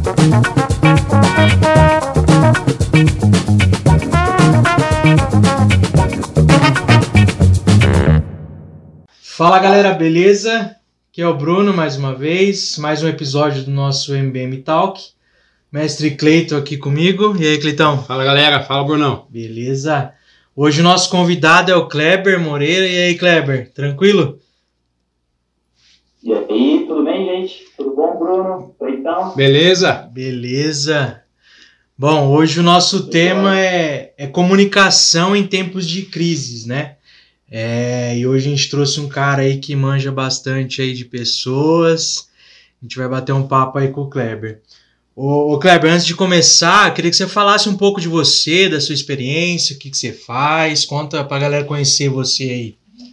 Fala galera, beleza? Aqui é o Bruno mais uma vez, mais um episódio do nosso MBM Talk. Mestre Cleiton aqui comigo. E aí, Cleitão? Fala galera, fala Brunão. Beleza? Hoje o nosso convidado é o Kleber Moreira. E aí, Kleber, tranquilo? E aí, tudo bem, gente? Tudo bom, Bruno? Cleitão? Beleza? Beleza. Bom, hoje o nosso tema é comunicação em tempos de crises, né? E hoje a gente trouxe um cara aí que manja bastante aí de pessoas. A gente vai bater um papo aí com o Kleber. Ô Kleber, antes de começar, queria que você falasse um pouco de você, da sua experiência, o que você faz, conta pra galera conhecer você aí.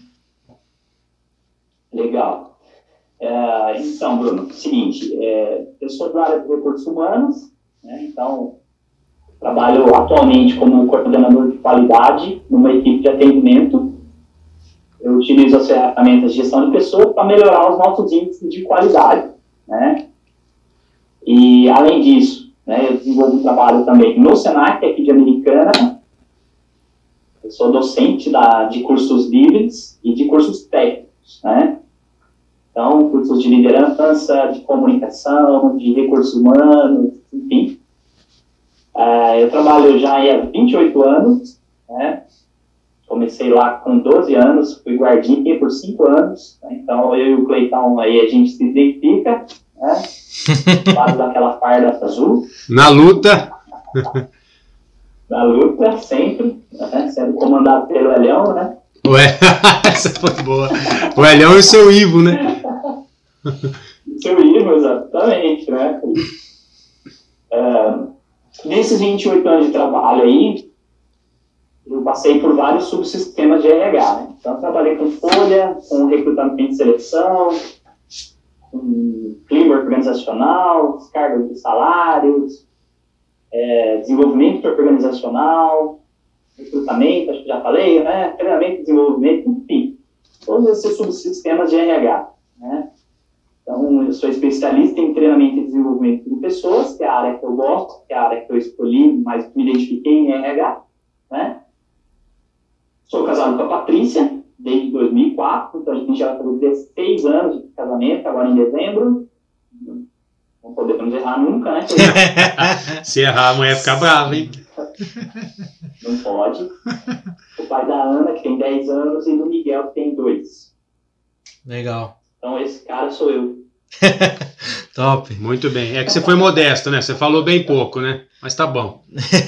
Legal. Então, Bruno, seguinte, eu sou da área de recursos humanos, né? Então trabalho atualmente como coordenador de qualidade numa equipe de atendimento. Eu utilizo as ferramentas de gestão de pessoas para melhorar os nossos índices de qualidade, né? E, além disso, né, eu desenvolvo um trabalho também no Senac, aqui de Americana. Eu sou docente de cursos livres e de cursos técnicos, né? Então, cursos de liderança, de comunicação, de recursos humanos, enfim. Eu trabalho já há 28 anos, né? Comecei lá com 12 anos, fui guardinha por 5 anos, né? Então eu e o Cleitão aí a gente se identifica, né? Lado daquela farda azul. Na luta. Na luta, sempre, né? Sendo comandado pelo Elhão, né? Ué, essa foi boa. O Elhão e o seu Ivo, né? Seu Ivo, exatamente, né? Nesses 28 anos de trabalho aí, eu passei por vários subsistemas de RH, né? Então, eu trabalhei com folha, com recrutamento e seleção, com clima organizacional, cargos de salários, desenvolvimento organizacional, recrutamento, acho que já falei, né? Treinamento e desenvolvimento, enfim, todos esses subsistemas de RH, né? Então, eu sou especialista em treinamento e desenvolvimento de pessoas, que é a área que eu gosto, que é a área que eu escolhi, mas me identifiquei em RH, né? Sou casado com a Patrícia desde 2004, então a gente já tem 16 anos de casamento, agora em dezembro. Não podemos errar nunca, né? Se errar, a mulher fica brava, hein? Não pode. O pai da Ana, que tem 10 anos, e do Miguel, que tem 2. Legal. Então esse cara sou eu. Top. Muito bem. É que você foi modesto, né? Você falou bem pouco, né? Mas tá bom.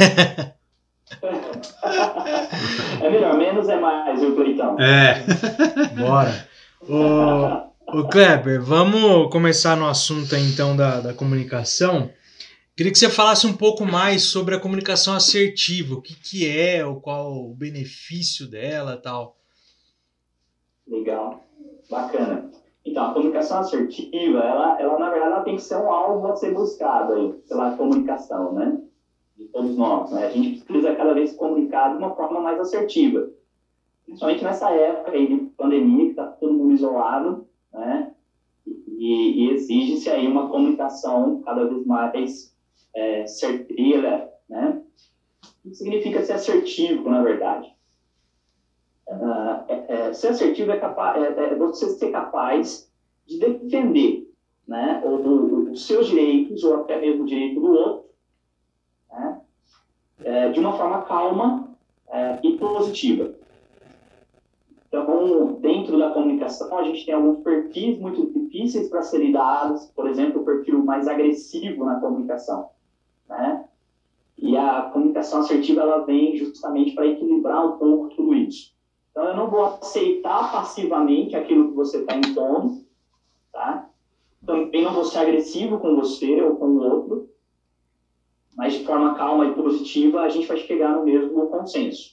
É melhor, menos é mais, viu, Cleitão? Bora. Ô Kleber, vamos começar no assunto aí, então da comunicação. Queria que você falasse um pouco mais sobre a comunicação assertiva, o que é, qual o benefício dela e tal. Legal, bacana. Então, a comunicação assertiva, ela na verdade, ela tem que ser um alvo a ser buscado aí, pela comunicação, né? De todos nós, né? A gente precisa cada vez se comunicar de uma forma mais assertiva. Principalmente nessa época aí de pandemia, que está todo mundo isolado, né? E exige-se aí uma comunicação cada vez mais certeira, né? O que significa ser assertivo, na verdade? Ser assertivo é você ser capaz de defender, né? Os seus direitos, ou até mesmo o direito do outro, né? De uma forma calma e positiva. Então, dentro da comunicação, a gente tem alguns perfis muito difíceis para serem dados, por exemplo, o perfil mais agressivo na comunicação, né? E a comunicação assertiva, ela vem justamente para equilibrar um pouco tudo isso. Então, eu não vou aceitar passivamente aquilo que você está impondo, tá? Também não vou ser agressivo com você ou com o outro, mas de forma calma e positiva, a gente vai chegar no mesmo consenso.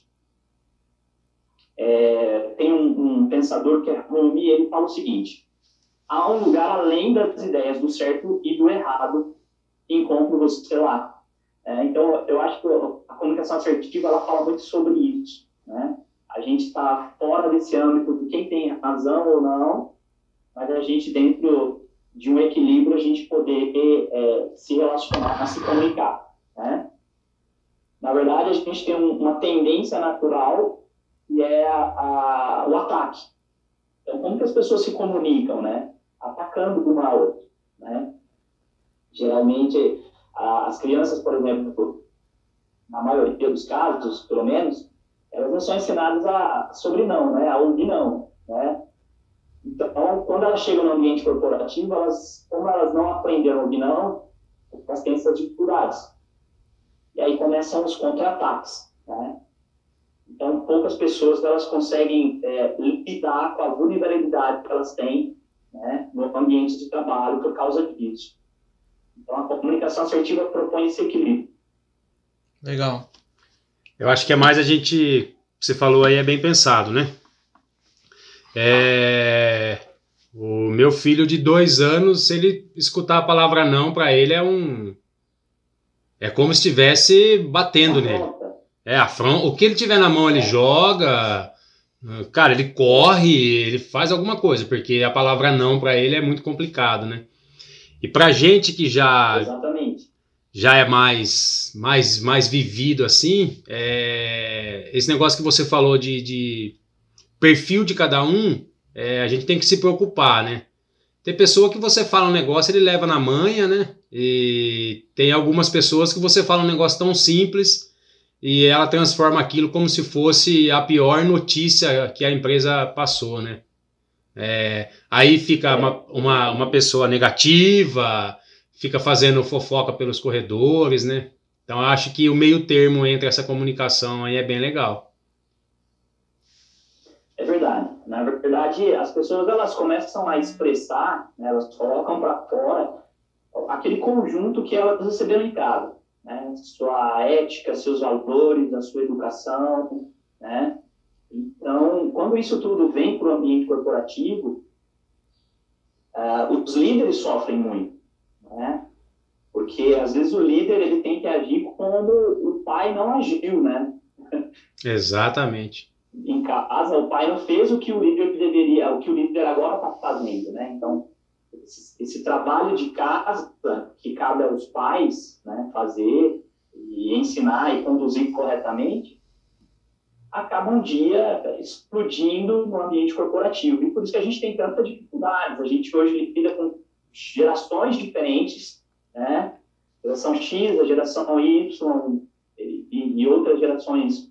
Tem um pensador que é Rumi, ele fala o seguinte: há um lugar além das ideias do certo e do errado, encontro você lá. Então, eu acho que a comunicação assertiva, ela fala muito sobre isso, né? A gente está fora desse âmbito de quem tem razão ou não, mas a gente, dentro de um equilíbrio a gente poder se relacionar, se comunicar, né? Na verdade, a gente tem uma tendência natural que é o ataque. Então, como que as pessoas se comunicam, né? Atacando uma a outra, né? Geralmente, as crianças, por exemplo, na maioria dos casos, pelo menos, elas não são ensinadas sobre não, né? A ouvir não, né? Então, quando elas chegam no ambiente corporativo, como elas não aprenderam a ouvir não, elas têm essas dificuldades. E aí começam os contra-ataques, né? Então, poucas pessoas elas conseguem lidar com a vulnerabilidade que elas têm, né, no ambiente de trabalho por causa disso. Então, a comunicação assertiva propõe esse equilíbrio. Legal. Eu acho que é mais você falou aí, é bem pensado, né? O meu filho de 2 anos, se ele escutar a palavra não, para ele é como se estivesse batendo nele. O que ele tiver na mão ele joga, cara, ele corre, ele faz alguma coisa, porque a palavra não para ele é muito complicado, né? E pra gente que Exatamente. Já é mais vivido assim, esse negócio que você falou de perfil de cada um, a gente tem que se preocupar, né? Tem pessoa que você fala um negócio, ele leva na manha, né? E tem algumas pessoas que você fala um negócio tão simples e ela transforma aquilo como se fosse a pior notícia que a empresa passou, né? Aí fica uma pessoa negativa, fica fazendo fofoca pelos corredores, né? Então eu acho que o meio termo entre essa comunicação aí é bem legal. É verdade. Na verdade, as pessoas elas começam a expressar, né, elas colocam para fora aquele conjunto que elas receberam em casa, né? Sua ética, seus valores, a sua educação, né? Então, quando isso tudo vem para o ambiente corporativo, os líderes sofrem muito, né? Porque às vezes o líder ele tem que agir como o pai não agiu, né? Exatamente. Em casa, o pai não fez o que o líder deveria, o que o líder agora está fazendo, né? Então, esse trabalho de casa que cabe aos pais, né, fazer e ensinar e conduzir corretamente, acaba um dia explodindo no ambiente corporativo. E por isso que a gente tem tantas dificuldades. A gente hoje lida com gerações diferentes, né? Geração X, a geração Y e outras gerações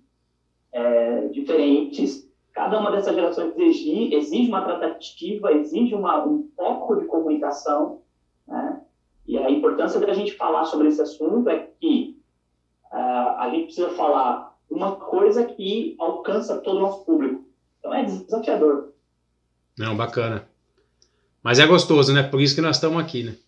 diferentes. Cada uma dessas gerações exige uma tratativa, exige um foco de comunicação, né? E a importância da gente falar sobre esse assunto é que a gente precisa falar uma coisa que alcança todo o nosso público. Então é desafiador. Não, bacana. Mas é gostoso, né? Por isso que nós estamos aqui, né?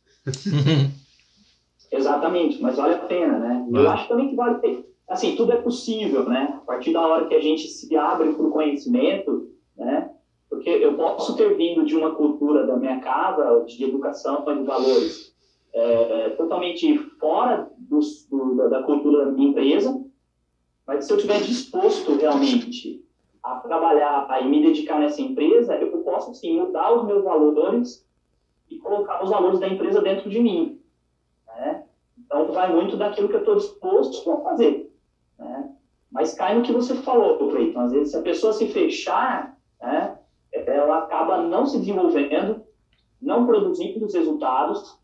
Exatamente, mas vale a pena, né? Eu acho também que vale a pena. Assim, tudo é possível, né? A partir da hora que a gente se abre para o conhecimento, né? Porque eu posso ter vindo de uma cultura da minha casa, de educação e de valores, totalmente fora da cultura da minha empresa, mas se eu estiver disposto realmente a trabalhar e me dedicar nessa empresa, eu posso, sim, mudar os meus valores e colocar os valores da empresa dentro de mim, né? Então, vai muito daquilo que eu estou disposto a fazer, né? Mas cai no que você falou, Cleiton. Às vezes, se a pessoa se fechar, né, ela acaba não se desenvolvendo, não produzindo os resultados.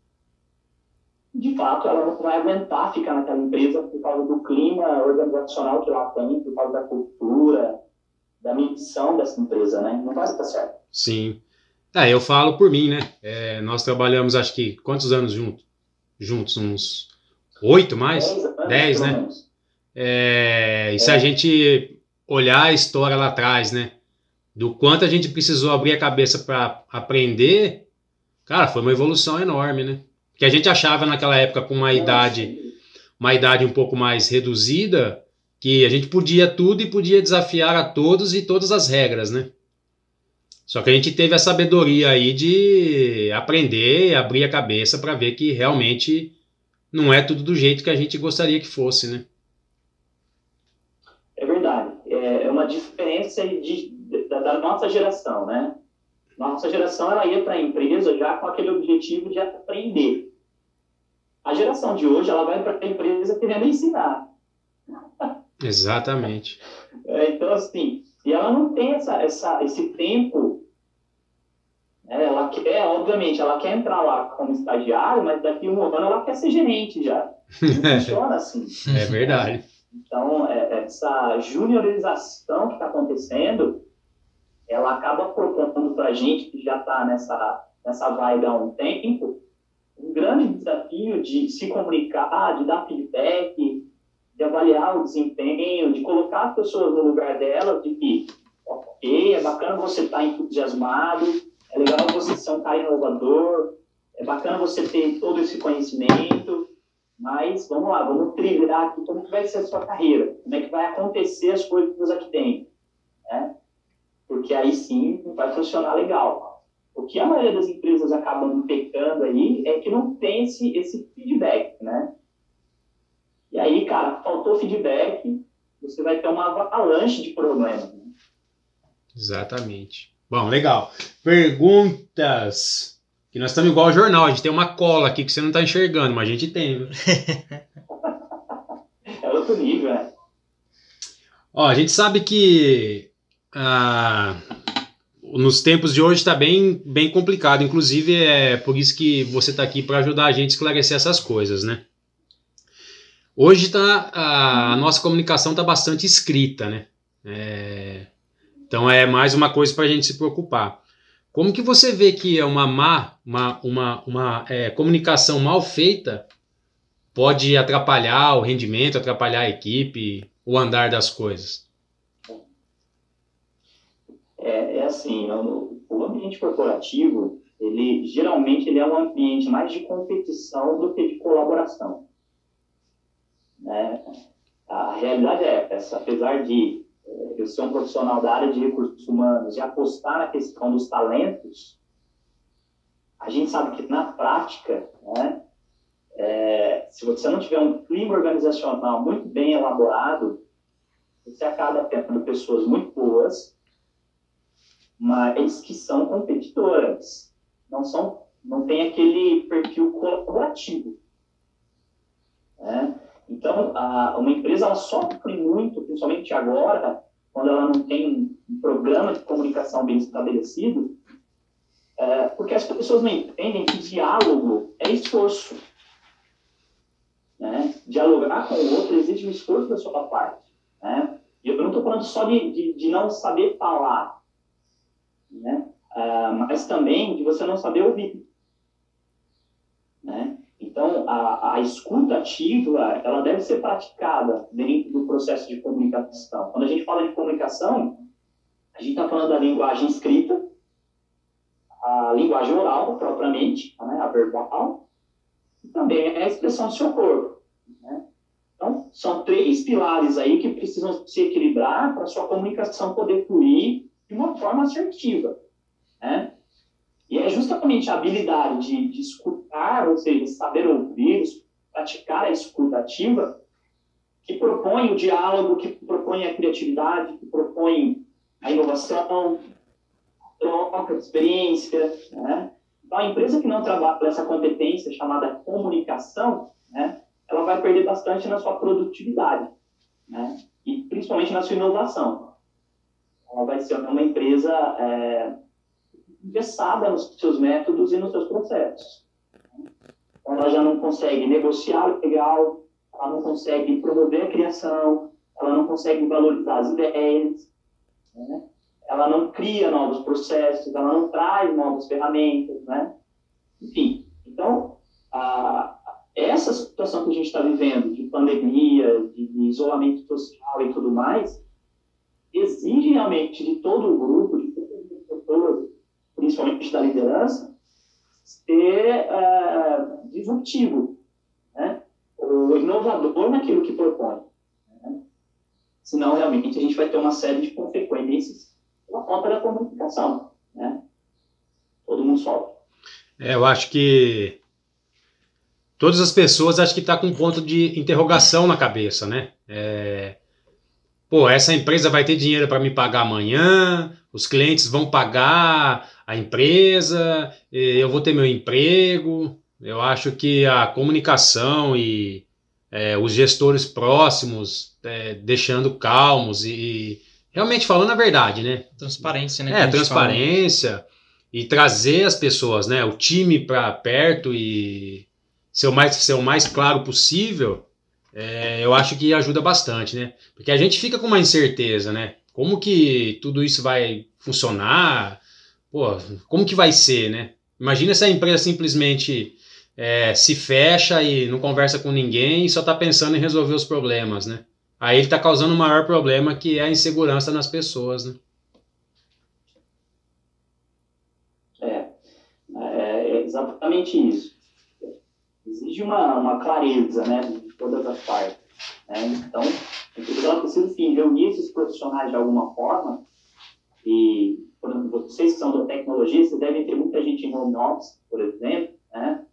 De fato, ela não vai aguentar ficar naquela empresa por causa do clima organizacional que ela tem, por causa da cultura, da missão dessa empresa, né? Não vai estar certo. Sim. Eu falo por mim, né? Nós trabalhamos, acho que, quantos anos juntos? Uns 8 mais? 10, né? E se a gente olhar a história lá atrás, né? Do quanto a gente precisou abrir a cabeça para aprender, cara, foi uma evolução enorme, né? Que a gente achava naquela época com uma idade um pouco mais reduzida, que a gente podia tudo e podia desafiar a todos e todas as regras, né? Só que a gente teve a sabedoria aí de aprender, abrir a cabeça para ver que realmente não é tudo do jeito que a gente gostaria que fosse, né? É verdade. É uma diferença da nossa geração, né? Nossa geração, ela ia para a empresa já com aquele objetivo de aprender. A geração de hoje, ela vai para a empresa querendo ensinar. Exatamente. Então, assim, e ela não tem esse tempo, né? Ela quer, obviamente, ela quer entrar lá como estagiário, mas daqui a um ano ela quer ser gerente já. Não funciona assim. É verdade. Então, essa juniorização que está acontecendo, ela acaba propondo para a gente que já está nessa vibe há um tempo, um grande desafio de se comunicar, de dar feedback, de avaliar o desempenho, de colocar as pessoas no lugar delas, de que, ok, é bacana você estar entusiasmado, é legal você ser um cara inovador, é bacana você ter todo esse conhecimento, mas vamos lá, vamos trilhar aqui como que vai ser a sua carreira, como é que vai acontecer as coisas aqui dentro, né? Porque aí sim vai funcionar legal. O que a maioria das empresas acabam pecando aí é que não tem esse feedback, né? E aí, cara, faltou feedback, você vai ter uma avalanche de problemas. Né? Exatamente. Bom, legal. Perguntas. Que nós estamos igual ao jornal, a gente tem uma cola aqui que você não está enxergando, mas a gente tem, viu? É outro nível, né? Ó, a gente sabe que nos tempos de hoje está bem complicado. Inclusive, é por isso que você está aqui para ajudar a gente a esclarecer essas coisas, né? Hoje a nossa comunicação está bastante escrita, né? Então é mais uma coisa para a gente se preocupar. Como que você vê que é uma comunicação mal feita pode atrapalhar o rendimento, atrapalhar a equipe, o andar das coisas? Assim, o ambiente corporativo, geralmente ele é um ambiente mais de competição do que de colaboração. Né? A realidade é essa, apesar de eu ser um profissional da área de recursos humanos e apostar na questão dos talentos, a gente sabe que na prática, né, se você não tiver um clima organizacional muito bem elaborado, você acaba tendo pessoas muito boas, mas que são competidoras, não tem aquele perfil colaborativo. Né? Então, uma empresa ela sofre muito, principalmente agora, quando ela não tem um programa de comunicação bem estabelecido, porque as pessoas não entendem que diálogo é esforço. Né? Dialogar com o outro exige um esforço da sua parte. Né? E eu não estou falando só de não saber falar, né? Mas também de você não saber ouvir. Né? Então, a escuta ativa, ela deve ser praticada dentro do processo de comunicação. Quando a gente fala de comunicação, a gente está falando da linguagem escrita, a linguagem oral, propriamente, né, a verbal, e também a expressão do seu corpo. Né? Então, são 3 pilares aí que precisam se equilibrar para a sua comunicação poder fluir de uma forma assertiva. Né? E é justamente a habilidade de escutar, ou seja, saber ouvir, praticar a escuta ativa, que propõe o diálogo, que propõe a criatividade, que propõe a inovação, a troca de experiência. Né? Então, a empresa que não trabalha essa competência chamada comunicação, né, ela vai perder bastante na sua produtividade, né? E principalmente na sua inovação. Ela vai ser uma empresa engessada nos seus métodos e nos seus processos. Então, ela já não consegue negociar legal, ela não consegue promover a criação, ela não consegue valorizar as ideias, né? Ela não cria novos processos, ela não traz novas ferramentas, né? Enfim, então, essa situação que a gente está vivendo, de pandemia, de isolamento social e tudo mais, exige realmente de todo o grupo, de todas as pessoas, principalmente da liderança, ser disruptivo, né? O inovador naquilo que propõe. Né? Senão, realmente, a gente vai ter uma série de consequências pela falta da comunicação. Né? Todo mundo sofre. Eu acho que todas as pessoas acho que estão com um ponto de interrogação na cabeça, né? Essa empresa vai ter dinheiro para me pagar amanhã, os clientes vão pagar, a empresa, eu vou ter meu emprego. Eu acho que a comunicação e os gestores próximos deixando calmos e realmente falando a verdade, né? Transparência, né? Transparência e trazer as pessoas, né? O time para perto e ser o mais claro possível. Eu acho que ajuda bastante, né? Porque a gente fica com uma incerteza, né? Como que tudo isso vai funcionar? Pô, como que vai ser, né? Imagina se a empresa simplesmente se fecha e não conversa com ninguém e só está pensando em resolver os problemas, né? Aí ele está causando o maior problema, que é a insegurança nas pessoas, né? É exatamente isso. Exige uma clareza, né, de todas as partes. Né? Então, ela precisa, sim, reunir esses profissionais de alguma forma. E, por exemplo, vocês que são da tecnologia, vocês devem ter muita gente em home office, por exemplo, né?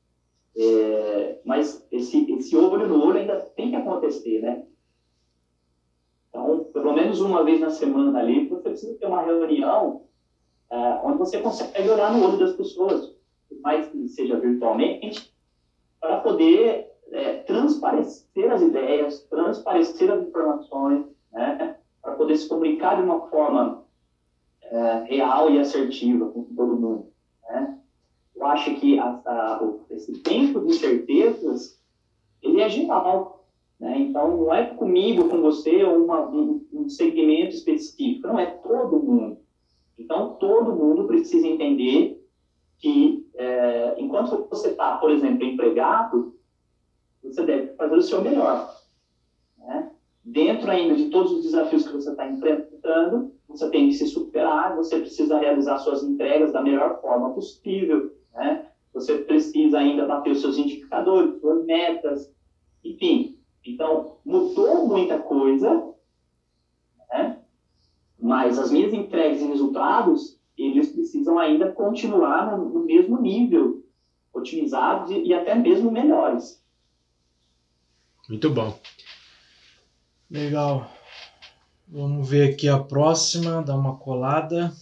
Mas esse olho no olho ainda tem que acontecer, né? Então, pelo menos uma vez na semana ali, você precisa ter uma reunião onde você consegue olhar no olho das pessoas, por mais que seja virtualmente, para poder transparecer as ideias, transparecer as informações, né? Para poder se comunicar de uma forma real e assertiva com todo mundo, né? Eu acho que esse tempo de incertezas, ele é geral, né? Então, não é comigo, com você, ou um segmento específico, não, é todo mundo. Então, todo mundo precisa entender que, enquanto você está, por exemplo, empregado, você deve fazer o seu melhor, né? Dentro ainda de todos os desafios que você está enfrentando, você tem que se superar, você precisa realizar suas entregas da melhor forma possível, né? Você precisa ainda bater os seus indicadores, suas metas, enfim. Então, mudou muita coisa, né? Mas as minhas entregas e resultados, eles precisam ainda continuar no mesmo nível, otimizados e até mesmo melhores. Muito bom. Legal. Vamos ver aqui a próxima, dar uma colada.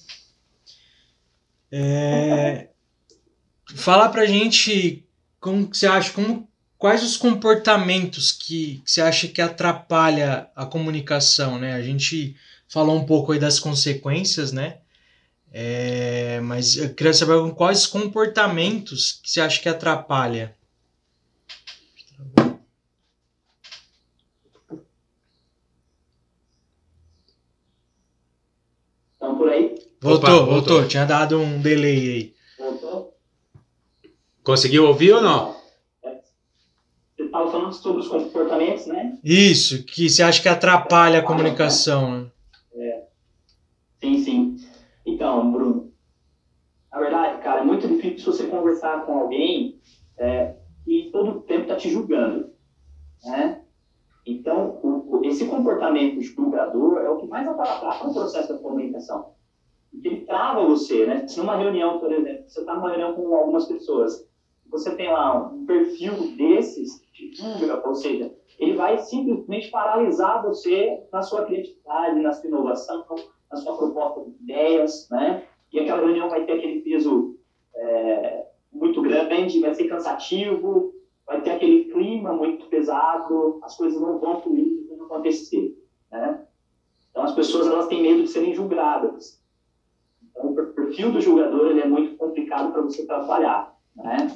Fala pra gente como que você acha, quais os comportamentos que você acha que atrapalha a comunicação, né? A gente falou um pouco aí das consequências, né? Mas eu queria saber quais comportamentos que você acha que atrapalha. Estão por aí? Voltou. Tinha dado um delay aí. Voltou? Conseguiu ouvir ou não? Você estava falando sobre os comportamentos, né? Isso, que você acha que atrapalha a comunicação, né? Sim. Então, Bruno, na verdade, cara, é muito difícil você conversar com alguém que todo o tempo está te julgando, né? Então, esse comportamento julgador é o que mais atrapalha o processo da comunicação. Porque ele trava você, né? Se numa reunião, por exemplo, você está numa reunião com algumas pessoas, você tem lá um perfil desses, de julga, ou seja, ele vai simplesmente paralisar você na sua criatividade, na sua inovação, na sua proposta de ideias, né? E aquela reunião vai ter aquele peso muito grande, vai ser cansativo, vai ter aquele clima muito pesado, as coisas não vão fluir, não vão acontecer, né? Então, as pessoas, elas têm medo de serem julgadas. Então, o perfil do julgador, ele é muito complicado para você trabalhar, né?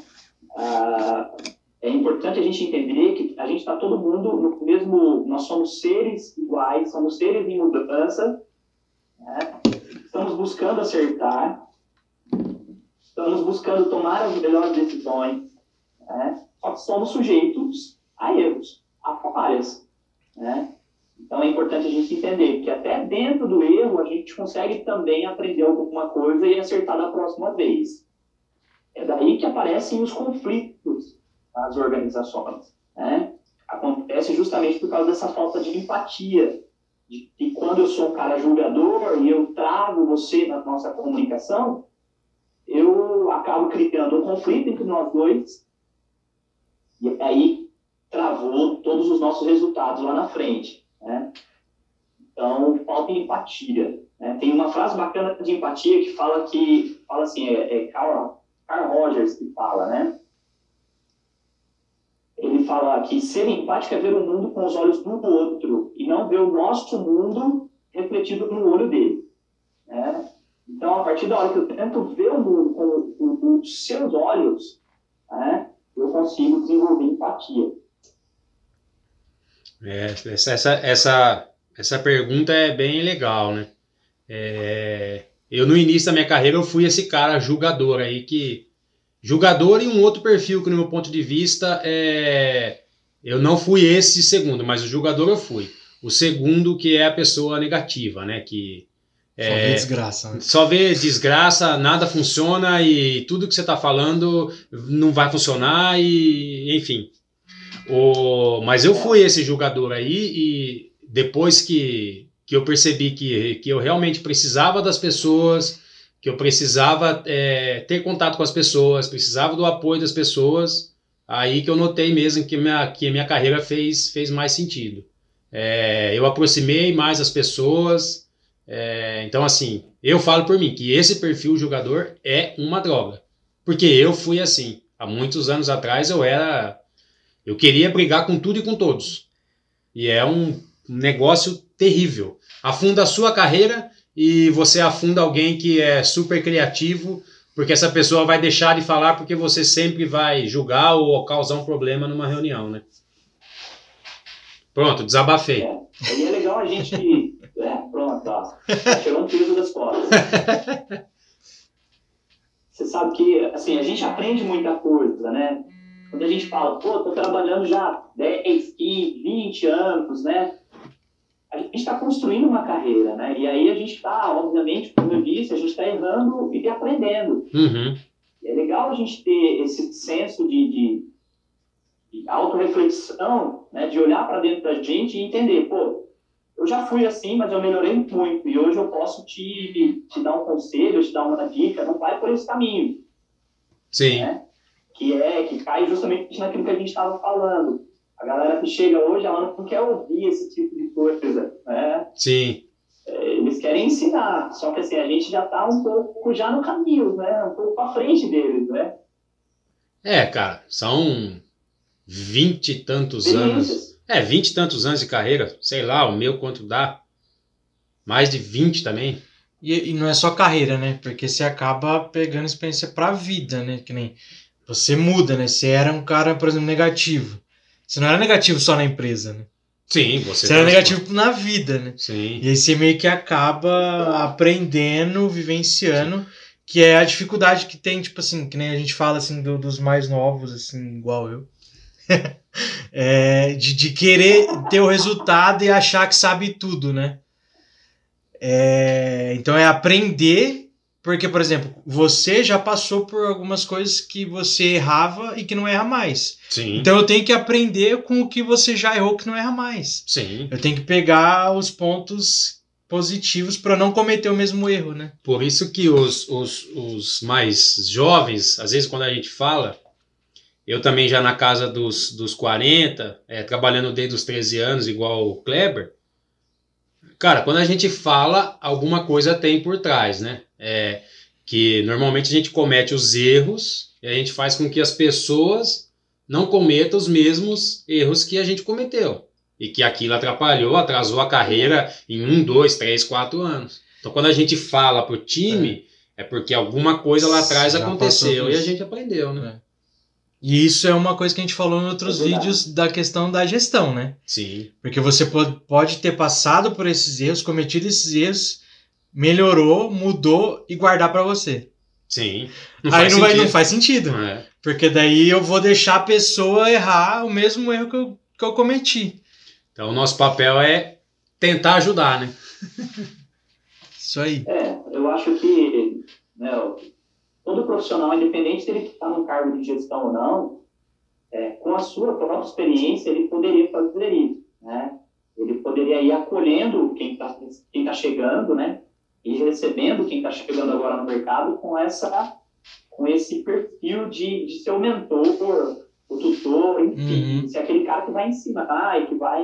É importante a gente entender que a gente está todo mundo no mesmo... Nós somos seres iguais, somos seres em mudança, né? Estamos buscando acertar, estamos buscando tomar as melhores decisões, né? Só que somos sujeitos a erros, a falhas, né? Então é importante a gente entender que até dentro do erro a gente consegue também aprender alguma coisa e acertar da próxima vez. É daí que aparecem os conflitos nas organizações, né? Acontece justamente por causa dessa falta de empatia. E quando eu sou um cara julgador e eu trago você na nossa comunicação, eu acabo criando um conflito entre nós dois e aí travou todos os nossos resultados lá na frente, né? Então, falta empatia. Né? Tem uma frase bacana de empatia que fala assim, Carl Rogers que fala, né? Ele fala que ser empático é ver o mundo com os olhos do outro e não ver o nosso mundo refletido no olho dele. Né? Então, a partir da hora que eu tento ver o mundo com os seus olhos, né, eu consigo desenvolver empatia. Essa pergunta é bem legal, né? Eu, no início da minha carreira, eu fui esse cara julgador aí julgador e um outro perfil que, no meu ponto de vista, eu não fui esse segundo, mas o julgador eu fui. O segundo, que é a pessoa negativa, né? Que só vê desgraça. Né? Só vê desgraça, nada funciona e tudo que você está falando não vai funcionar e, enfim. Mas eu fui esse julgador aí e depois que eu percebi que eu realmente precisava das pessoas, que eu precisava ter contato com as pessoas, precisava do apoio das pessoas, aí que eu notei mesmo que minha carreira fez mais sentido. Eu aproximei mais as pessoas, então assim, eu falo por mim que esse perfil julgador é uma droga, porque eu fui assim, há muitos anos atrás eu queria brigar com tudo e com todos, e é um negócio terrível, afunda a sua carreira e você afunda alguém que é super criativo, porque essa pessoa vai deixar de falar porque você sempre vai julgar ou causar um problema numa reunião, né? Pronto, desabafei. Aí é legal a gente... pronto, ó. Tirou um peso das costas. Você sabe que, assim, a gente aprende muita coisa, né? Quando a gente fala, tô trabalhando já 10, 15, 20 anos, né? A gente está construindo uma carreira, né? E aí a gente está, obviamente, como eu disse, a gente está errando e aprendendo. Uhum. É legal a gente ter esse senso de autorreflexão, né? De olhar para dentro da gente e entender, eu já fui assim, mas eu melhorei muito e hoje eu posso te dar um conselho, te dar uma dica, não vai por esse caminho. Sim. Né? Que cai justamente naquilo que a gente estava falando. A galera que chega hoje, ela não quer ouvir esse tipo de coisa, né? Sim. Eles querem ensinar, só que assim, a gente já está um pouco já no caminho, né? Um pouco à frente deles, né? Cara, são 20 e tantos anos. 20 e tantos anos de carreira, sei lá, o meu quanto dá. Mais de 20 também. E não é só carreira, né? Porque você acaba pegando experiência pra vida, né? Que nem você muda, né? Você era um cara, por exemplo, negativo. Você não era negativo só na empresa, né? Sim, você era negativo na vida, né? Sim. E aí você meio que acaba aprendendo, vivenciando, sim, que é a dificuldade que tem, tipo assim, que nem a gente fala assim dos mais novos, assim, igual eu. De querer ter o resultado e achar que sabe tudo, né? Então é aprender, porque, por exemplo, você já passou por algumas coisas que você errava e que não erra mais. Sim. Então eu tenho que aprender com o que você já errou que não erra mais. Sim. Eu tenho que pegar os pontos positivos para não cometer o mesmo erro, né? Por isso que os mais jovens, às vezes quando a gente fala, eu também já na casa dos 40, trabalhando desde os 13 anos, igual o Kleber, cara, quando a gente fala, alguma coisa tem por trás, né? Que normalmente a gente comete os erros e a gente faz com que as pessoas não cometam os mesmos erros que a gente cometeu. E que aquilo atrasou a carreira em 1, 2, 3, 4 anos. Então quando a gente fala pro time, é porque alguma coisa lá atrás aconteceu e a gente aprendeu, né? E isso é uma coisa que a gente falou em outros vídeos da questão da gestão, né? Sim. Porque você pode ter passado por esses erros, cometido esses erros, melhorou, mudou e guardar pra você. Sim. Aí não faz sentido. Porque daí eu vou deixar a pessoa errar o mesmo erro que eu cometi. Então o nosso papel é tentar ajudar, né? Isso aí. Eu acho que, né, todo profissional, independente se ele está num cargo de gestão ou não, com a sua própria experiência, ele poderia fazer isso, né? Ele poderia ir acolhendo quem tá chegando, né? E recebendo quem está chegando agora no mercado com esse perfil de ser o mentor, o tutor, enfim, ser aquele cara que vai ensinar e que vai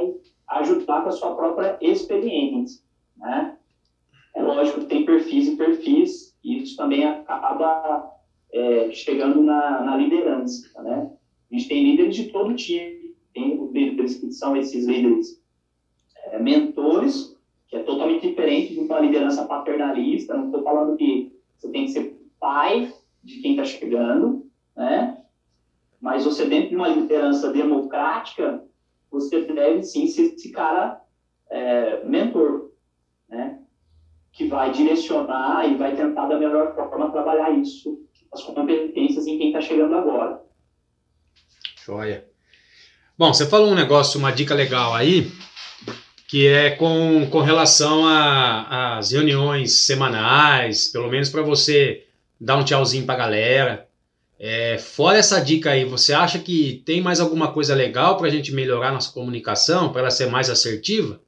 ajudar com a sua própria experiência, né? É lógico que tem perfis e perfis, e isso também acaba chegando na liderança, né? A gente tem líderes de todo tipo, tem os líderes que são esses líderes mentores, que é totalmente diferente de uma liderança paternalista. Não estou falando que você tem que ser pai de quem está chegando, né? Mas você, dentro de uma liderança democrática, você deve sim ser esse cara mentor, né? Que vai direcionar e vai tentar da melhor forma trabalhar isso, as competências em quem está chegando agora. Joia. Bom, você falou um negócio, uma dica legal aí, que é com relação às reuniões semanais, pelo menos para você dar um tchauzinho para a galera. Fora essa dica aí, você acha que tem mais alguma coisa legal para a gente melhorar nossa comunicação, para ela ser mais assertiva?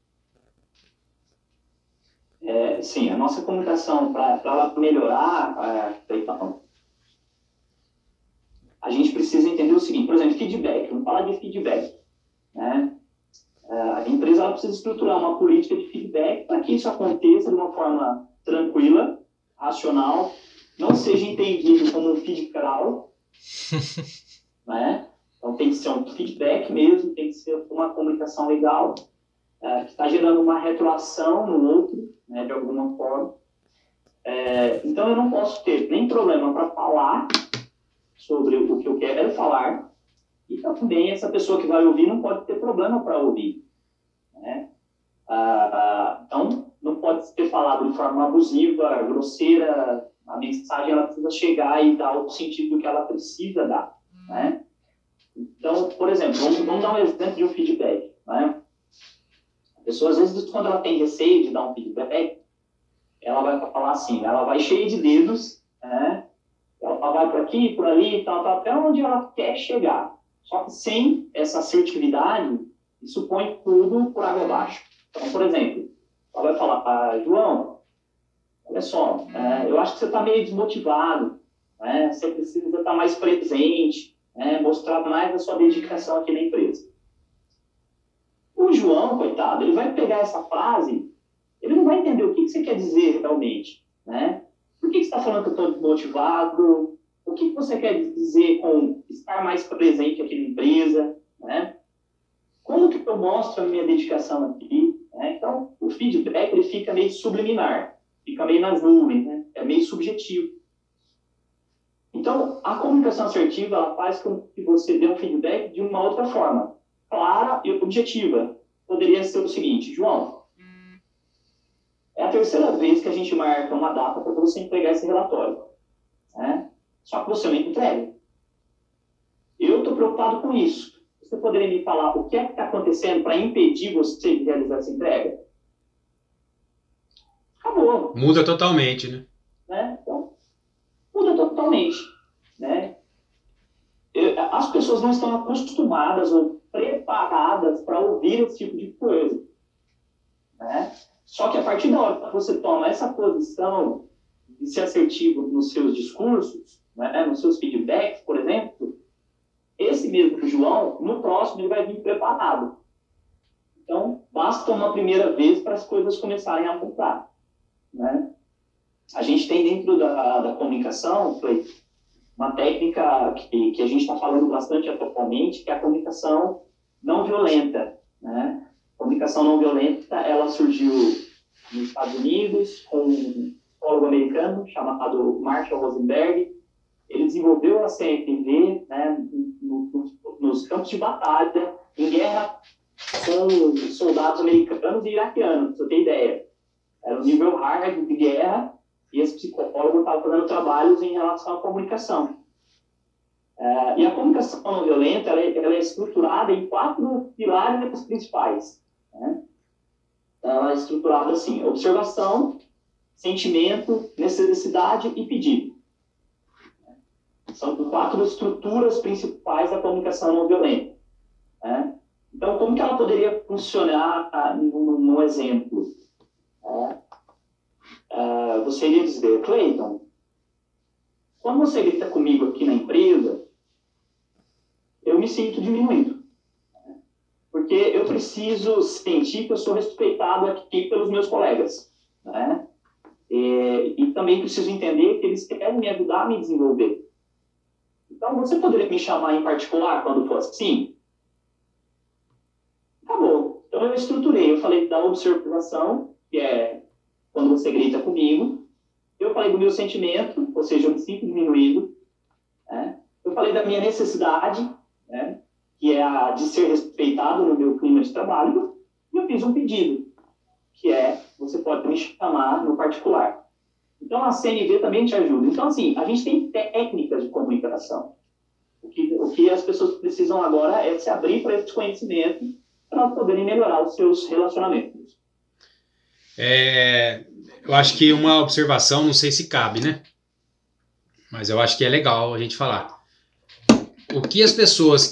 Sim, a nossa comunicação, para ela melhorar, então, a gente precisa entender o seguinte, por exemplo, feedback, vamos falar de feedback, né? A empresa ela precisa estruturar uma política de feedback para que isso aconteça de uma forma tranquila, racional, não seja entendido como um feedback, né? Então tem que ser um feedback mesmo, tem que ser uma comunicação legal, que está gerando uma retroação no outro, né, de alguma forma. Então eu não posso ter nem problema para falar sobre o que eu quero falar, e também essa pessoa que vai ouvir não pode ter problema para ouvir, né? Então não pode ser falado de forma abusiva, grosseira. A mensagem ela precisa chegar e dar o sentido que ela precisa dar, né? Então, por exemplo, vamos dar um exemplo de um feedback, né? A pessoa, às vezes, quando ela tem receio de dar um feedback, ela vai falar assim, ela vai cheia de dedos, né? Ela vai por aqui, por ali, tal, até onde ela quer chegar. Só que sem essa assertividade, isso põe tudo por água abaixo. Então, por exemplo, ela vai falar, João, olha só, eu acho que você está meio desmotivado, né? Você precisa estar mais presente, né? Mostrar mais a sua dedicação aqui na empresa. O João, coitado, ele vai pegar essa frase, ele não vai entender o que você quer dizer realmente, né? Por que você está falando que eu estou desmotivado? O que você quer dizer com estar mais presente aqui na empresa, né? Como que eu mostro a minha dedicação aqui, né? Então, o feedback ele fica meio subliminar, fica meio nas nuvens, né? É meio subjetivo. Então, a comunicação assertiva ela faz com que você dê um feedback de uma outra forma, clara e objetiva. Poderia ser o seguinte, João, é a terceira vez que a gente marca uma data para você entregar esse relatório, né? Só que você não entrega. Eu estou preocupado com isso. Você poderia me falar o que é que está acontecendo para impedir você de realizar essa entrega? Acabou. Muda totalmente, né? Então, muda totalmente, né? As pessoas não estão acostumadas ou preparadas para ouvir esse tipo de coisa, né? Só que a partir da hora que você toma essa posição de ser assertivo nos seus discursos, né, nos seus feedbacks, por exemplo, esse mesmo João, no próximo, ele vai vir preparado. Então, basta uma primeira vez para as coisas começarem a mudar, né? A gente tem dentro da comunicação, uma técnica que a gente está falando bastante atualmente, que é a comunicação não violenta, né? A comunicação não violenta, ela surgiu nos Estados Unidos com um psicólogo americano chamado Marshall Rosenberg. Ele desenvolveu a CNV, né, nos campos de batalha, em guerra com soldados americanos e iraquianos, pra você ter ideia. Era um nível hard de guerra e esse psicólogo estava fazendo trabalhos em relação à comunicação. E a comunicação não violenta ela é estruturada em 4 pilares principais, né? Ela é estruturada assim: observação, sentimento, necessidade e pedido. São 4 estruturas principais da comunicação não violenta, né? Então, como que ela poderia funcionar num exemplo? Você iria dizer, Cleiton, quando você grita comigo aqui na empresa, eu me sinto diminuído, né? Porque eu preciso preciso sentir que eu sou respeitado aqui pelos meus colegas, né? E também preciso entender que eles querem me ajudar a me desenvolver. Então, você poderia me chamar em particular quando for assim? Acabou. Então, eu estruturei. Eu falei da observação, que é quando você grita comigo. Eu falei do meu sentimento, ou seja, eu me sinto diminuído. Né? Eu falei da minha necessidade, né? Que é a de ser respeitado no meu clima de trabalho. E eu fiz um pedido, que é, você pode me chamar no particular. Então, a CNV também te ajuda. Então, assim, a gente tem técnicas de comunicação. O que as pessoas precisam agora é se abrir para esse conhecimento para poderem melhorar os seus relacionamentos. Eu acho que uma observação, não sei se cabe, né? Mas eu acho que é legal a gente falar. O que as pessoas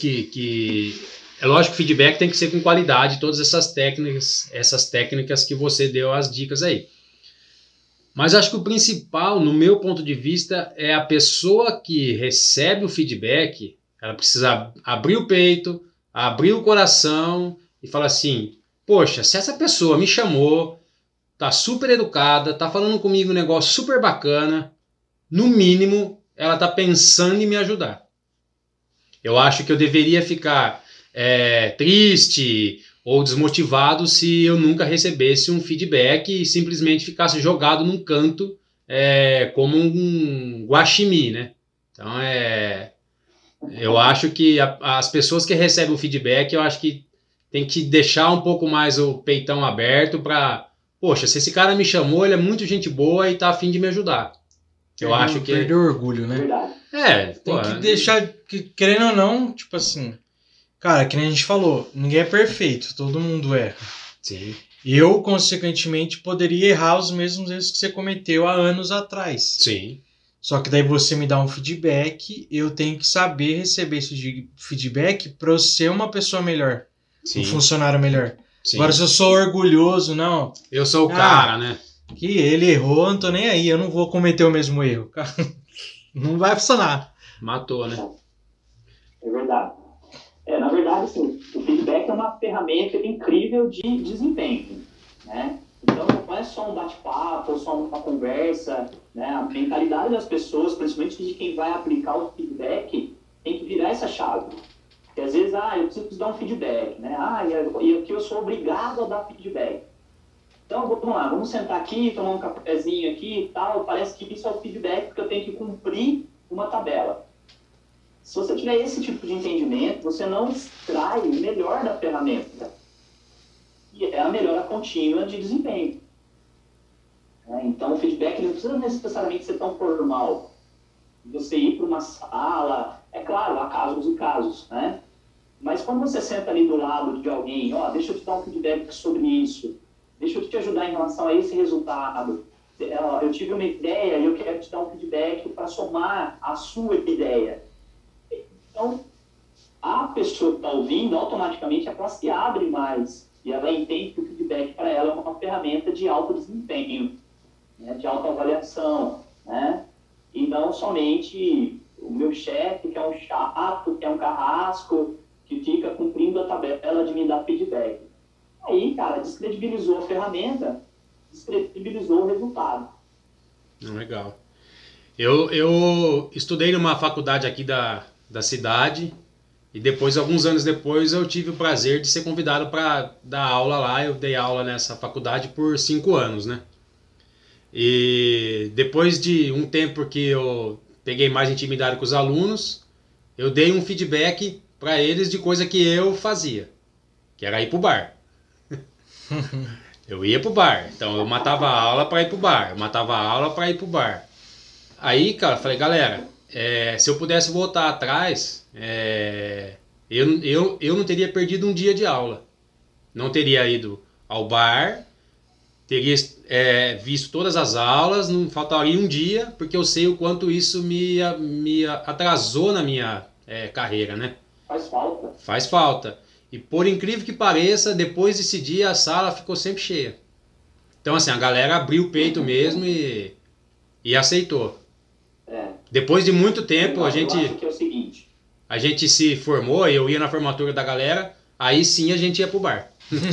é lógico que o feedback tem que ser com qualidade, todas essas técnicas que você deu as dicas aí. Mas acho que o principal, no meu ponto de vista, é a pessoa que recebe o feedback, ela precisa abrir o peito, abrir o coração e falar assim, poxa, se essa pessoa me chamou, tá super educada, tá falando comigo um negócio super bacana, no mínimo, ela tá pensando em me ajudar. Eu acho que eu deveria ficar triste ou desmotivado se eu nunca recebesse um feedback e simplesmente ficasse jogado num canto como um guaxinim, né? Então, eu acho que as pessoas que recebem o feedback, eu acho que tem que deixar um pouco mais o peitão aberto para, poxa, se esse cara me chamou, ele é muito gente boa e tá a fim de me ajudar. Eu acho que... Perder o orgulho, né? Tem que deixar, querendo ou não, tipo assim... Cara, que nem a gente falou, ninguém é perfeito, todo mundo erra. Sim. Eu, consequentemente, poderia errar os mesmos erros que você cometeu há anos atrás. Sim. Só que daí você me dá um feedback, eu tenho que saber receber esse feedback para eu ser uma pessoa melhor. Sim. Um funcionário melhor. Sim. Agora, se eu sou orgulhoso, não... Eu sou o cara, né? Que ele errou, não tô nem aí, eu não vou cometer o mesmo erro. Não vai funcionar. Matou, né? É verdade. Na verdade, assim, o feedback é uma ferramenta incrível de desempenho, né? Então, não é só um bate-papo, só uma conversa, né? A mentalidade das pessoas, principalmente de quem vai aplicar o feedback, tem que virar essa chave. Porque às vezes, eu preciso dar um feedback, né? E aqui eu sou obrigado a dar feedback. Então, vamos lá, vamos sentar aqui, tomar um cafezinho aqui e tal. Parece que isso é o feedback, porque eu tenho que cumprir uma tabela. Se você tiver esse tipo de entendimento, você não extrai o melhor da ferramenta. E é a melhora contínua de desempenho. Então, o feedback não precisa necessariamente ser tão formal. Você ir para uma sala, é claro, há casos e casos, né? Mas quando você senta ali do lado de alguém, deixa eu te dar um feedback sobre isso, deixa eu te ajudar em relação a esse resultado, eu tive uma ideia e eu quero te dar um feedback para somar a sua ideia. Então, a pessoa que está ouvindo, automaticamente, ela se abre mais e ela entende que o feedback para ela é uma ferramenta de alto desempenho, né, de autoavaliação, né? E não somente o meu chefe, que é um chato, que é um carrasco, que fica cumprindo a tabela de me dar feedback. Aí, cara, descredibilizou a ferramenta, descredibilizou o resultado. Legal. Eu estudei numa faculdade aqui da cidade e depois, alguns anos depois, eu tive o prazer de ser convidado para dar aula lá. Eu dei aula nessa faculdade por 5 anos, né? E depois de um tempo que eu peguei mais intimidade com os alunos, eu dei um feedback para eles de coisa que eu fazia, que era ir pro bar. Eu ia pro bar, então eu matava a aula para ir pro bar, eu matava a aula para ir pro bar. Aí, cara, falei, galera, se eu pudesse voltar atrás, eu não teria perdido um dia de aula. Não teria ido ao bar, teria visto todas as aulas, não faltaria um dia, porque eu sei o quanto isso me atrasou na minha carreira, né? Faz falta. Faz falta. E por incrível que pareça, depois desse dia a sala ficou sempre cheia. Então, assim, a galera abriu o peito mesmo e aceitou. Depois de muito tempo, eu acho que é o seguinte. A gente se formou, eu ia na formatura da galera, aí sim a gente ia pro bar.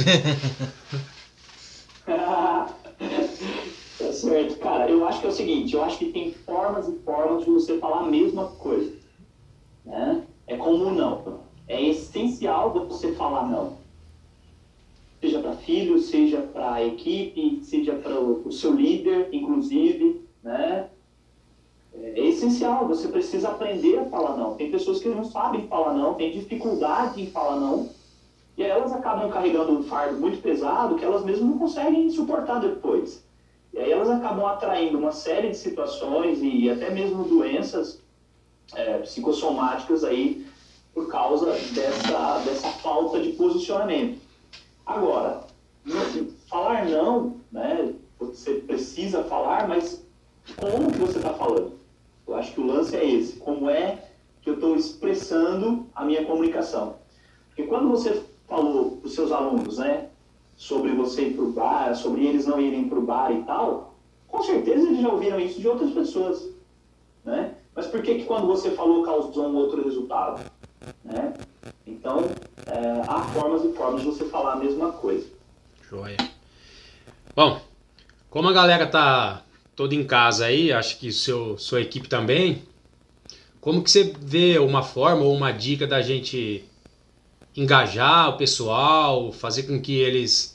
Tá certo, cara. Eu acho que é o seguinte, eu acho que tem formas e formas de você falar a mesma coisa, né? É como o não. É essencial você falar não. Seja para filho, seja para a equipe, seja para o seu líder, inclusive, né? É essencial, você precisa aprender a falar não. Tem pessoas que não sabem falar não, têm dificuldade em falar não, e aí elas acabam carregando um fardo muito pesado que elas mesmas não conseguem suportar depois. E aí elas acabam atraindo uma série de situações e até mesmo doenças psicossomáticas aí por causa dessa falta de posicionamento. Agora, falar não, né, você precisa falar, mas como que você está falando? Eu acho que o lance é esse, como é que eu estou expressando a minha comunicação. Porque quando você falou para os seus alunos, né, sobre você ir para o bar, sobre eles não irem para o bar e tal, com certeza eles já ouviram isso de outras pessoas, né? Mas por que quando você falou causou um outro resultado, né? Então, há formas e formas de você falar a mesma coisa. Joia. Bom, como a galera tá toda em casa aí, acho que sua equipe também, como que você vê uma forma ou uma dica da gente engajar o pessoal, fazer com que eles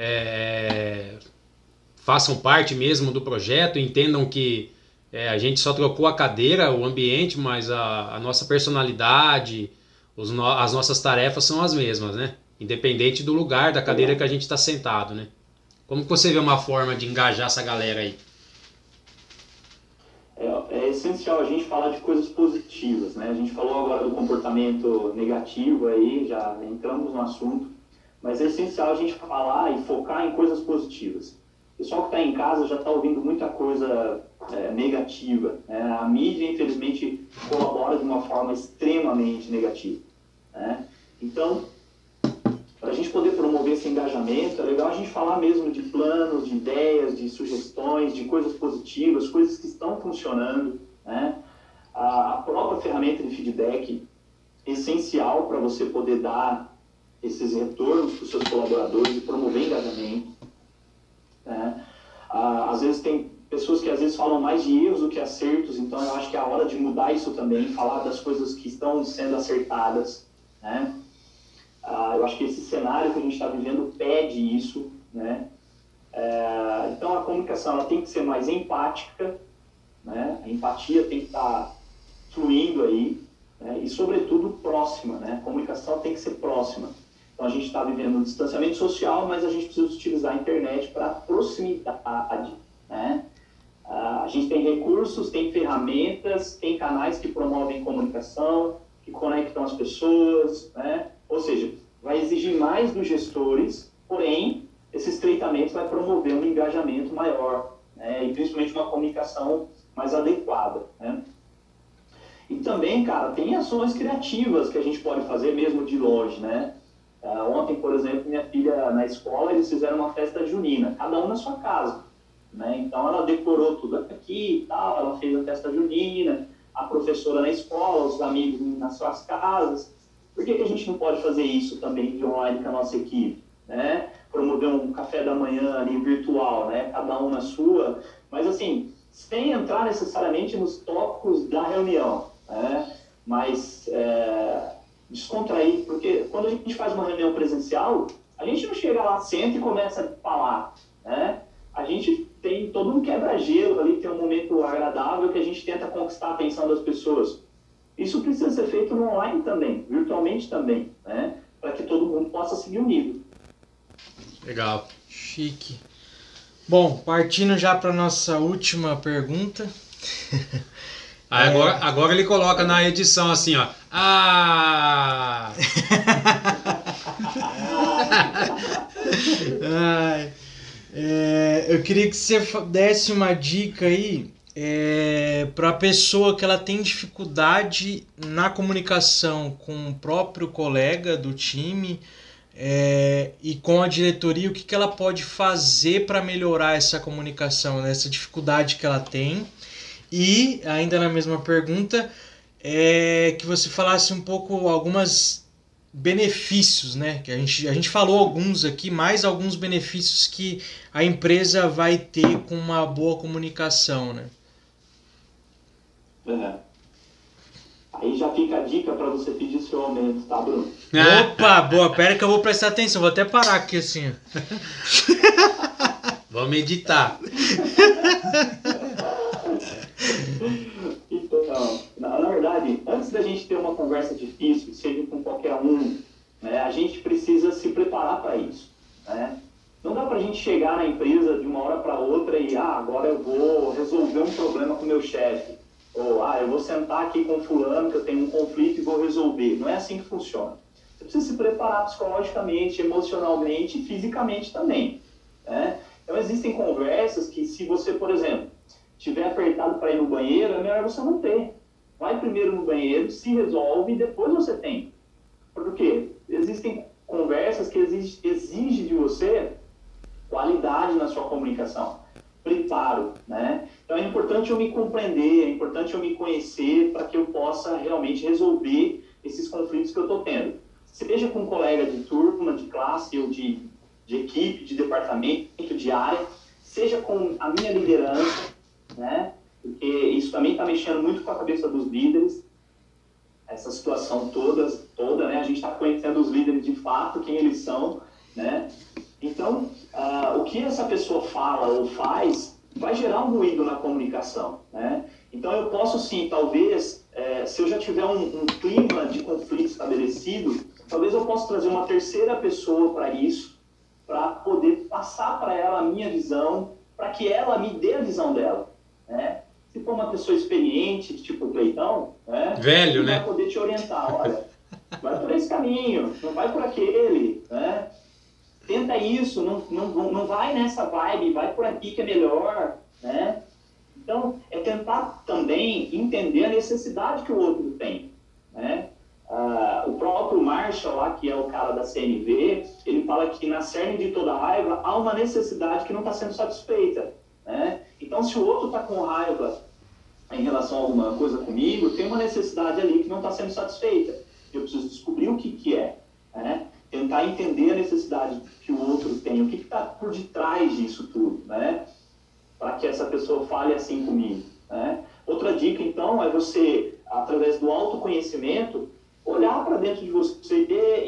façam parte mesmo do projeto, entendam que a gente só trocou a cadeira, o ambiente, mas a nossa personalidade, as nossas tarefas são as mesmas, né? Independente do lugar, da cadeira que a gente está sentado, né? Como que você vê uma forma de engajar essa galera aí? É essencial a gente falar de coisas positivas, né? A gente falou agora do comportamento negativo aí, já entramos no assunto, mas é essencial a gente falar e focar em coisas positivas. O pessoal que está em casa já está ouvindo muita coisa negativa, né? A mídia, infelizmente, colabora de uma forma extremamente negativa, né? Então, para a gente poder promover esse engajamento, é legal a gente falar mesmo de planos, de ideias, de sugestões, de coisas positivas, coisas que estão funcionando, né? A própria ferramenta de feedback é essencial para você poder dar esses retornos para os seus colaboradores e promover engajamento, né? Às vezes tem pessoas que às vezes falam mais de erros do que acertos, então eu acho que é a hora de mudar isso também, falar das coisas que estão sendo acertadas, né? Eu acho que esse cenário que a gente está vivendo pede isso, né? Então a comunicação ela tem que ser mais empática, né? A empatia tem que estar fluindo aí, né? E sobretudo próxima, né? A comunicação tem que ser próxima. Então a gente está vivendo um distanciamento social, mas a gente precisa utilizar a internet para proximidade, né? A gente tem recursos, tem ferramentas, tem canais que promovem comunicação, que conectam as pessoas, né? Ou seja, vai exigir mais dos gestores, porém, esse estreitamento vai promover um engajamento maior, né? E principalmente uma comunicação mais adequada, né? E também, cara, tem ações criativas que a gente pode fazer mesmo de longe, né? Ontem, por exemplo, minha filha na escola, eles fizeram uma festa junina, cada um na sua casa, né? Então ela decorou tudo aqui e tal, ela fez a festa junina, a professora na escola, os amigos nas suas casas. Por que a gente não pode fazer isso também de online com a nossa equipe, né? Promover um café da manhã ali virtual, né? Cada um na sua, mas assim, sem entrar necessariamente nos tópicos da reunião, né? Mas descontrair, porque quando a gente faz uma reunião presencial, a gente não chega lá, senta e começa a falar, né? A gente tem todo um quebra-gelo ali, tem um momento agradável que a gente tenta conquistar a atenção das pessoas. Isso precisa ser feito no online também, virtualmente também, né? Para que todo mundo possa seguir unido. Legal. Chique. Bom, partindo já para nossa última pergunta. Agora ele coloca na edição assim, ó. Eu queria que você desse uma dica aí para a pessoa que ela tem dificuldade na comunicação com o próprio colega do time e com a diretoria, o que ela pode fazer para melhorar essa comunicação, né? Essa dificuldade que ela tem. E, ainda na mesma pergunta, que você falasse um pouco algumas benefícios, né? Que a gente falou alguns aqui, mais alguns benefícios que a empresa vai ter com uma boa comunicação, né? Aí já fica a dica para você pedir seu aumento, tá, Bruno? Opa, boa, pera que eu vou prestar atenção, vou até parar aqui assim. Vamos meditar. Então, na verdade, antes da gente ter uma conversa difícil, seja com qualquer um, né, a gente precisa se preparar para isso, né? Não dá para a gente chegar na empresa de uma hora para outra e, agora eu vou resolver um problema com o meu chefe. Ou, eu vou sentar aqui com fulano que eu tenho um conflito e vou resolver. Não é assim que funciona. Você precisa se preparar psicologicamente, emocionalmente e fisicamente também, né? Então, existem conversas que, se você, por exemplo, estiver apertado para ir no banheiro, é melhor você não ter. Vai primeiro no banheiro, se resolve e depois você tem. Por quê? Existem conversas que exigem de você qualidade na sua comunicação, preparo, né? Então é importante eu me compreender, é importante eu me conhecer para que eu possa realmente resolver esses conflitos que eu estou tendo. Seja com um colega de turma, de classe ou de equipe, de departamento, de área, seja com a minha liderança, né? Porque isso também está mexendo muito com a cabeça dos líderes, essa situação toda, né? A gente está conhecendo os líderes de fato, quem eles são, né? Então, o que essa pessoa fala ou faz vai gerar um ruído na comunicação, né? Então, eu posso sim, talvez, se eu já tiver um clima de conflito estabelecido, talvez eu possa trazer uma terceira pessoa para isso, para poder passar para ela a minha visão, para que ela me dê a visão dela, né? Se for uma pessoa experiente, tipo o Cleitão, né? Velho, ele né? vai poder te orientar, olha, vai por esse caminho, não vai por aquele, né? Tenta isso, não vai nessa vibe, vai por aqui que é melhor, né? Então, é tentar também entender a necessidade que o outro tem, né? O próprio Marshall, lá, que é o cara da CNV, ele fala que na cerne de toda raiva há uma necessidade que não está sendo satisfeita, né? Então, se o outro está com raiva em relação a alguma coisa comigo, tem uma necessidade ali que não está sendo satisfeita. Eu preciso descobrir o que é, né? Tentar entender a necessidade que o outro tem, o que está por detrás disso tudo, né? Para que essa pessoa fale assim comigo, né? Outra dica, então, é você, através do autoconhecimento, olhar para dentro de você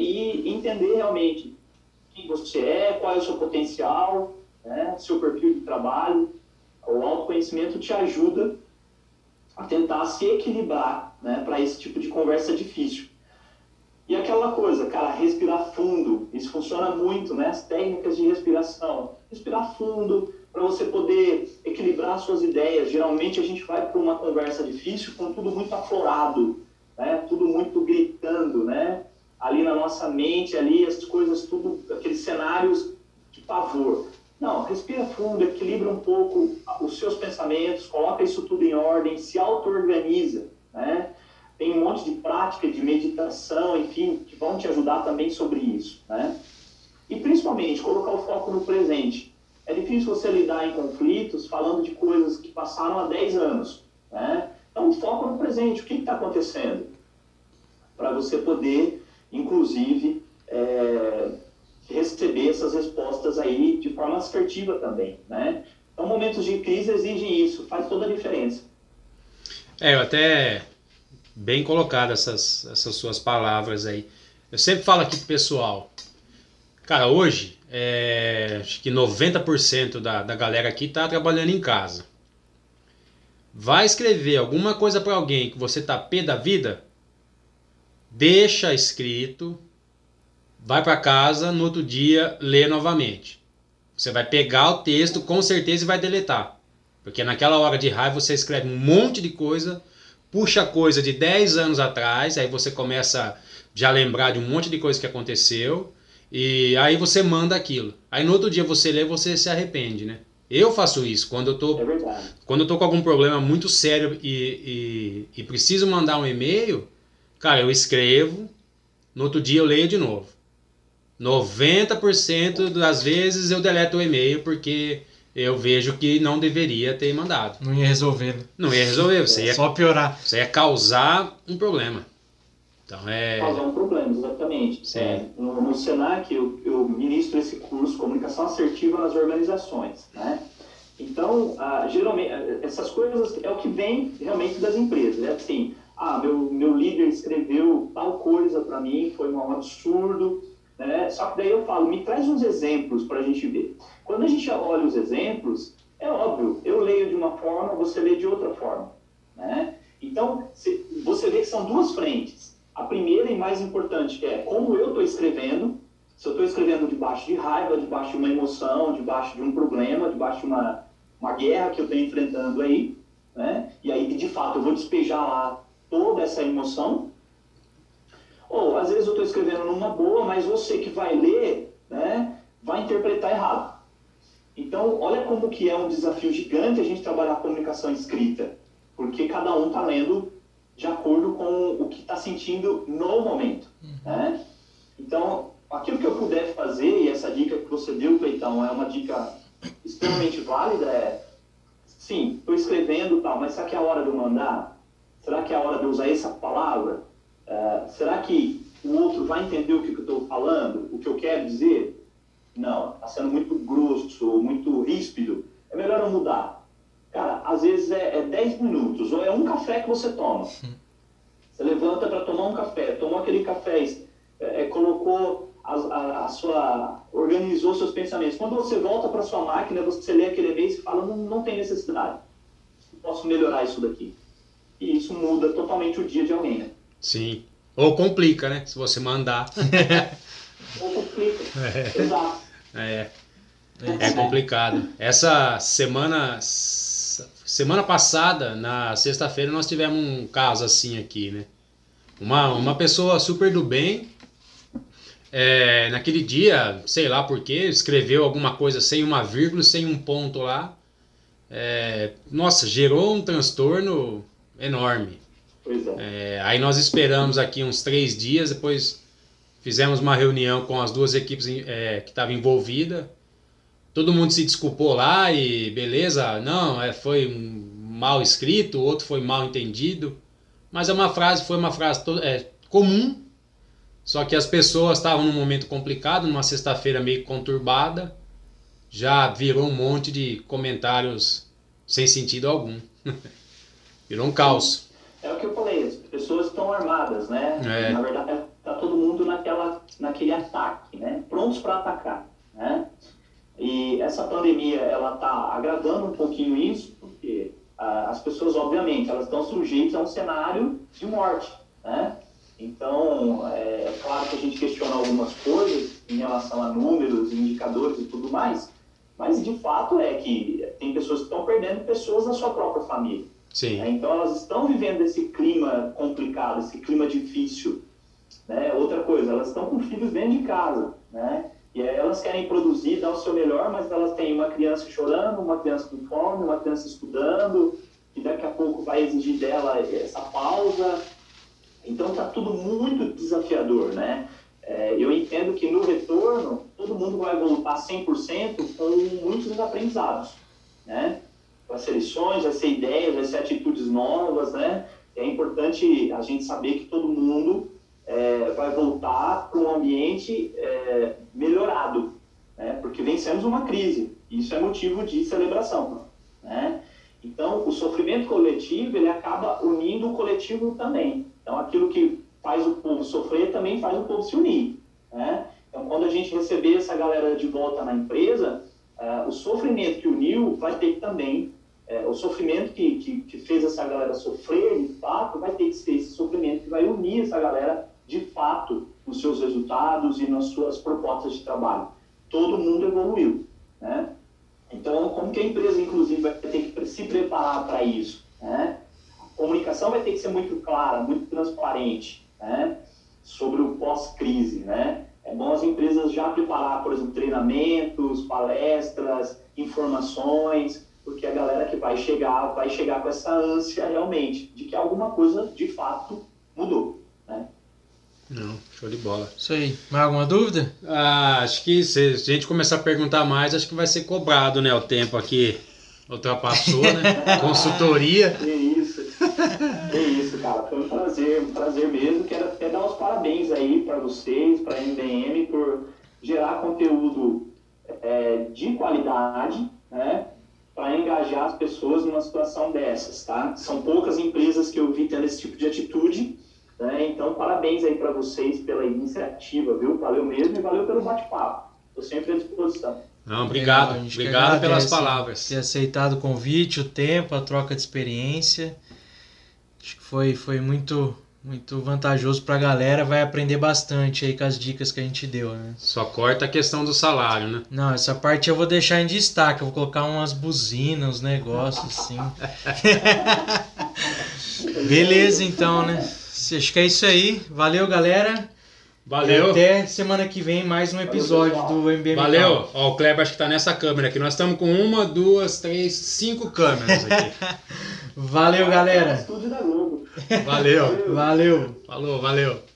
e entender realmente quem você é, qual é o seu potencial, né? Seu perfil de trabalho. O autoconhecimento te ajuda a tentar se equilibrar, né, para esse tipo de conversa difícil. E aquela coisa, cara, respirar fundo, isso funciona muito, né? As técnicas de respiração. Respirar fundo para você poder equilibrar suas ideias. Geralmente a gente vai para uma conversa difícil com tudo muito aflorado, né? Tudo muito gritando, né? Ali na nossa mente, ali as coisas, tudo, aqueles cenários de pavor. Não, respira fundo, equilibra um pouco os seus pensamentos, coloca isso tudo em ordem, se auto-organiza, né? Tem um monte de prática de meditação, enfim, que vão te ajudar também sobre isso, né? E principalmente, colocar o foco no presente. É difícil você lidar em conflitos falando de coisas que passaram há 10 anos, né? Então, foco no presente. O que está acontecendo? Para você poder, inclusive, receber essas respostas aí de forma assertiva também, né? Então, momentos de crise exigem isso. Faz toda a diferença. Eu até... Bem colocado essas suas palavras aí. Eu sempre falo aqui pro pessoal, cara, hoje, acho que 90% da galera aqui tá trabalhando em casa. Vai escrever alguma coisa para alguém que você tá pé da vida, deixa escrito, vai para casa, no outro dia lê novamente. Você vai pegar o texto com certeza e vai deletar. Porque naquela hora de raiva você escreve um monte de coisa, puxa coisa de 10 anos atrás, aí você começa já a lembrar de um monte de coisa que aconteceu, e aí você manda aquilo. Aí no outro dia você lê, você se arrepende, né? Eu faço isso quando eu tô com algum problema muito sério e preciso mandar um e-mail, cara, eu escrevo, no outro dia eu leio de novo. 90% das vezes eu deleto o e-mail porque eu vejo que não deveria ter mandado. Não ia resolver, né? Não ia resolver, você ia só piorar. Você ia causar um problema. Então causar um problema, exatamente. No Senac, eu ministro esse curso, Comunicação Assertiva nas Organizações, né? Então, geralmente, essas coisas é o que vem realmente das empresas. É assim, meu líder escreveu tal coisa para mim, foi um absurdo, né? Só que daí eu falo, me traz uns exemplos para a gente ver. Quando a gente olha os exemplos, é óbvio, eu leio de uma forma, você lê de outra forma, né? Então, você vê que são duas frentes. A primeira e mais importante é como eu estou escrevendo. Se eu estou escrevendo debaixo de raiva, debaixo de uma emoção, debaixo de um problema, debaixo de uma guerra que eu estou enfrentando aí, né? E aí, de fato, eu vou despejar lá toda essa emoção. Ou, às vezes, eu estou escrevendo numa boa, mas você que vai ler, né, vai interpretar errado. Então, olha como que é um desafio gigante a gente trabalhar a comunicação escrita, porque cada um está lendo de acordo com o que está sentindo no momento, né? Então, aquilo que eu puder fazer, e essa dica que você deu, Cleitão, é uma dica extremamente válida, sim, estou escrevendo tal, mas será que é a hora de eu mandar? Será que é a hora de eu usar essa palavra? Será que o outro vai entender o que eu estou falando, o que eu quero dizer? Não, está sendo muito grosso, muito ríspido. É melhor eu mudar. Cara, às vezes é 10 minutos, ou é um café que você toma. Você levanta para tomar um café, tomou aquele café, colocou organizou seus pensamentos. Quando você volta para sua máquina, você lê aquele e-mail e fala, não tem necessidade. Posso melhorar isso daqui. E isso muda totalmente o dia de alguém, né? Sim. Ou complica, né? Se você mandar. Ou complica. Exato. É complicado. Essa semana passada, na sexta-feira, nós tivemos um caso assim aqui, né? Uma pessoa super do bem, naquele dia, sei lá por quê, escreveu alguma coisa sem uma vírgula, sem um ponto lá. Nossa, gerou um transtorno enorme. Pois é. Aí nós esperamos aqui uns 3 dias, depois fizemos uma reunião com as duas equipes que estavam envolvidas. Todo mundo se desculpou lá e beleza, não, foi mal escrito, o outro foi mal entendido. Mas foi uma frase comum, só que as pessoas estavam num momento complicado, numa sexta-feira meio conturbada, já virou um monte de comentários sem sentido algum. Virou um caos. É o que eu falei, as pessoas estão armadas, né? Na verdade, está todo mundo naquele ataque, né? Prontos para atacar, né? E essa pandemia, ela está agravando um pouquinho isso, porque as pessoas, obviamente, elas estão sujeitas a um cenário de morte, né? Então, é claro que a gente questiona algumas coisas em relação a números, indicadores e tudo mais, mas de fato é que tem pessoas que estão perdendo pessoas da sua própria família. Sim. Né? Então, elas estão vivendo esse clima complicado, esse clima difícil, né? Outra coisa, elas estão com filhos dentro de casa, né? E aí elas querem produzir, dar o seu melhor, mas elas têm uma criança chorando, uma criança com fome, uma criança estudando, que daqui a pouco vai exigir dela essa pausa. Então está tudo muito desafiador, né? Eu entendo que no retorno, todo mundo vai voltar 100% com muitos aprendizados, né? Vai ser lições, vai ser ideias, vai ser atitudes novas, né? É importante a gente saber que todo mundo vai voltar para um ambiente melhorado, né? Porque vencemos uma crise, e isso é motivo de celebração, né? Então, o sofrimento coletivo, ele acaba unindo o coletivo também. Então, aquilo que faz o povo sofrer também faz o povo se unir, né? Então, quando a gente receber essa galera de volta na empresa, o sofrimento que uniu vai ter que também, o sofrimento que fez essa galera sofrer, de fato, vai ter que ser esse sofrimento que vai unir essa galera, de fato, nos seus resultados e nas suas propostas de trabalho. Todo mundo evoluiu, né? Então, como que a empresa, inclusive, vai ter que se preparar para isso, né? A comunicação vai ter que ser muito clara, muito transparente, né? Sobre o pós-crise, né? É bom as empresas já preparar, por exemplo, treinamentos, palestras, informações, porque a galera que vai chegar com essa ânsia realmente de que alguma coisa, de fato, mudou, né? Não, show de bola. Isso aí. Mais alguma dúvida? Acho que se a gente começar a perguntar mais, acho que vai ser cobrado, né? O tempo aqui ultrapassou, né? Consultoria. Que isso, cara. Foi um prazer mesmo. Quero até dar os aí para vocês, para a MBM, por gerar conteúdo de qualidade, né? Para engajar as pessoas numa situação dessas, tá? São poucas empresas que eu vi tendo esse tipo de atitude, né? Então, parabéns aí para vocês pela iniciativa, viu? Valeu mesmo e valeu pelo bate-papo. Estou sempre à disposição. Não, obrigado. Obrigado pelas palavras. Ter aceitado o convite, o tempo, a troca de experiência. Acho que foi muito vantajoso para a galera, vai aprender bastante aí com as dicas que a gente deu, né? Só corta a questão do salário, né? Não, essa parte eu vou deixar em destaque, eu vou colocar umas buzinas, uns negócios assim. Beleza, então, né? Acho que é isso aí. Valeu, galera. Valeu. Até semana que vem, mais um episódio do MBM. Valeu. Ó, o Kleber acho que tá nessa câmera aqui. Nós estamos com 1, 2, 3, 5 câmeras aqui. Valeu, galera. Estúdio da Globo. Valeu. Valeu. Falou, valeu.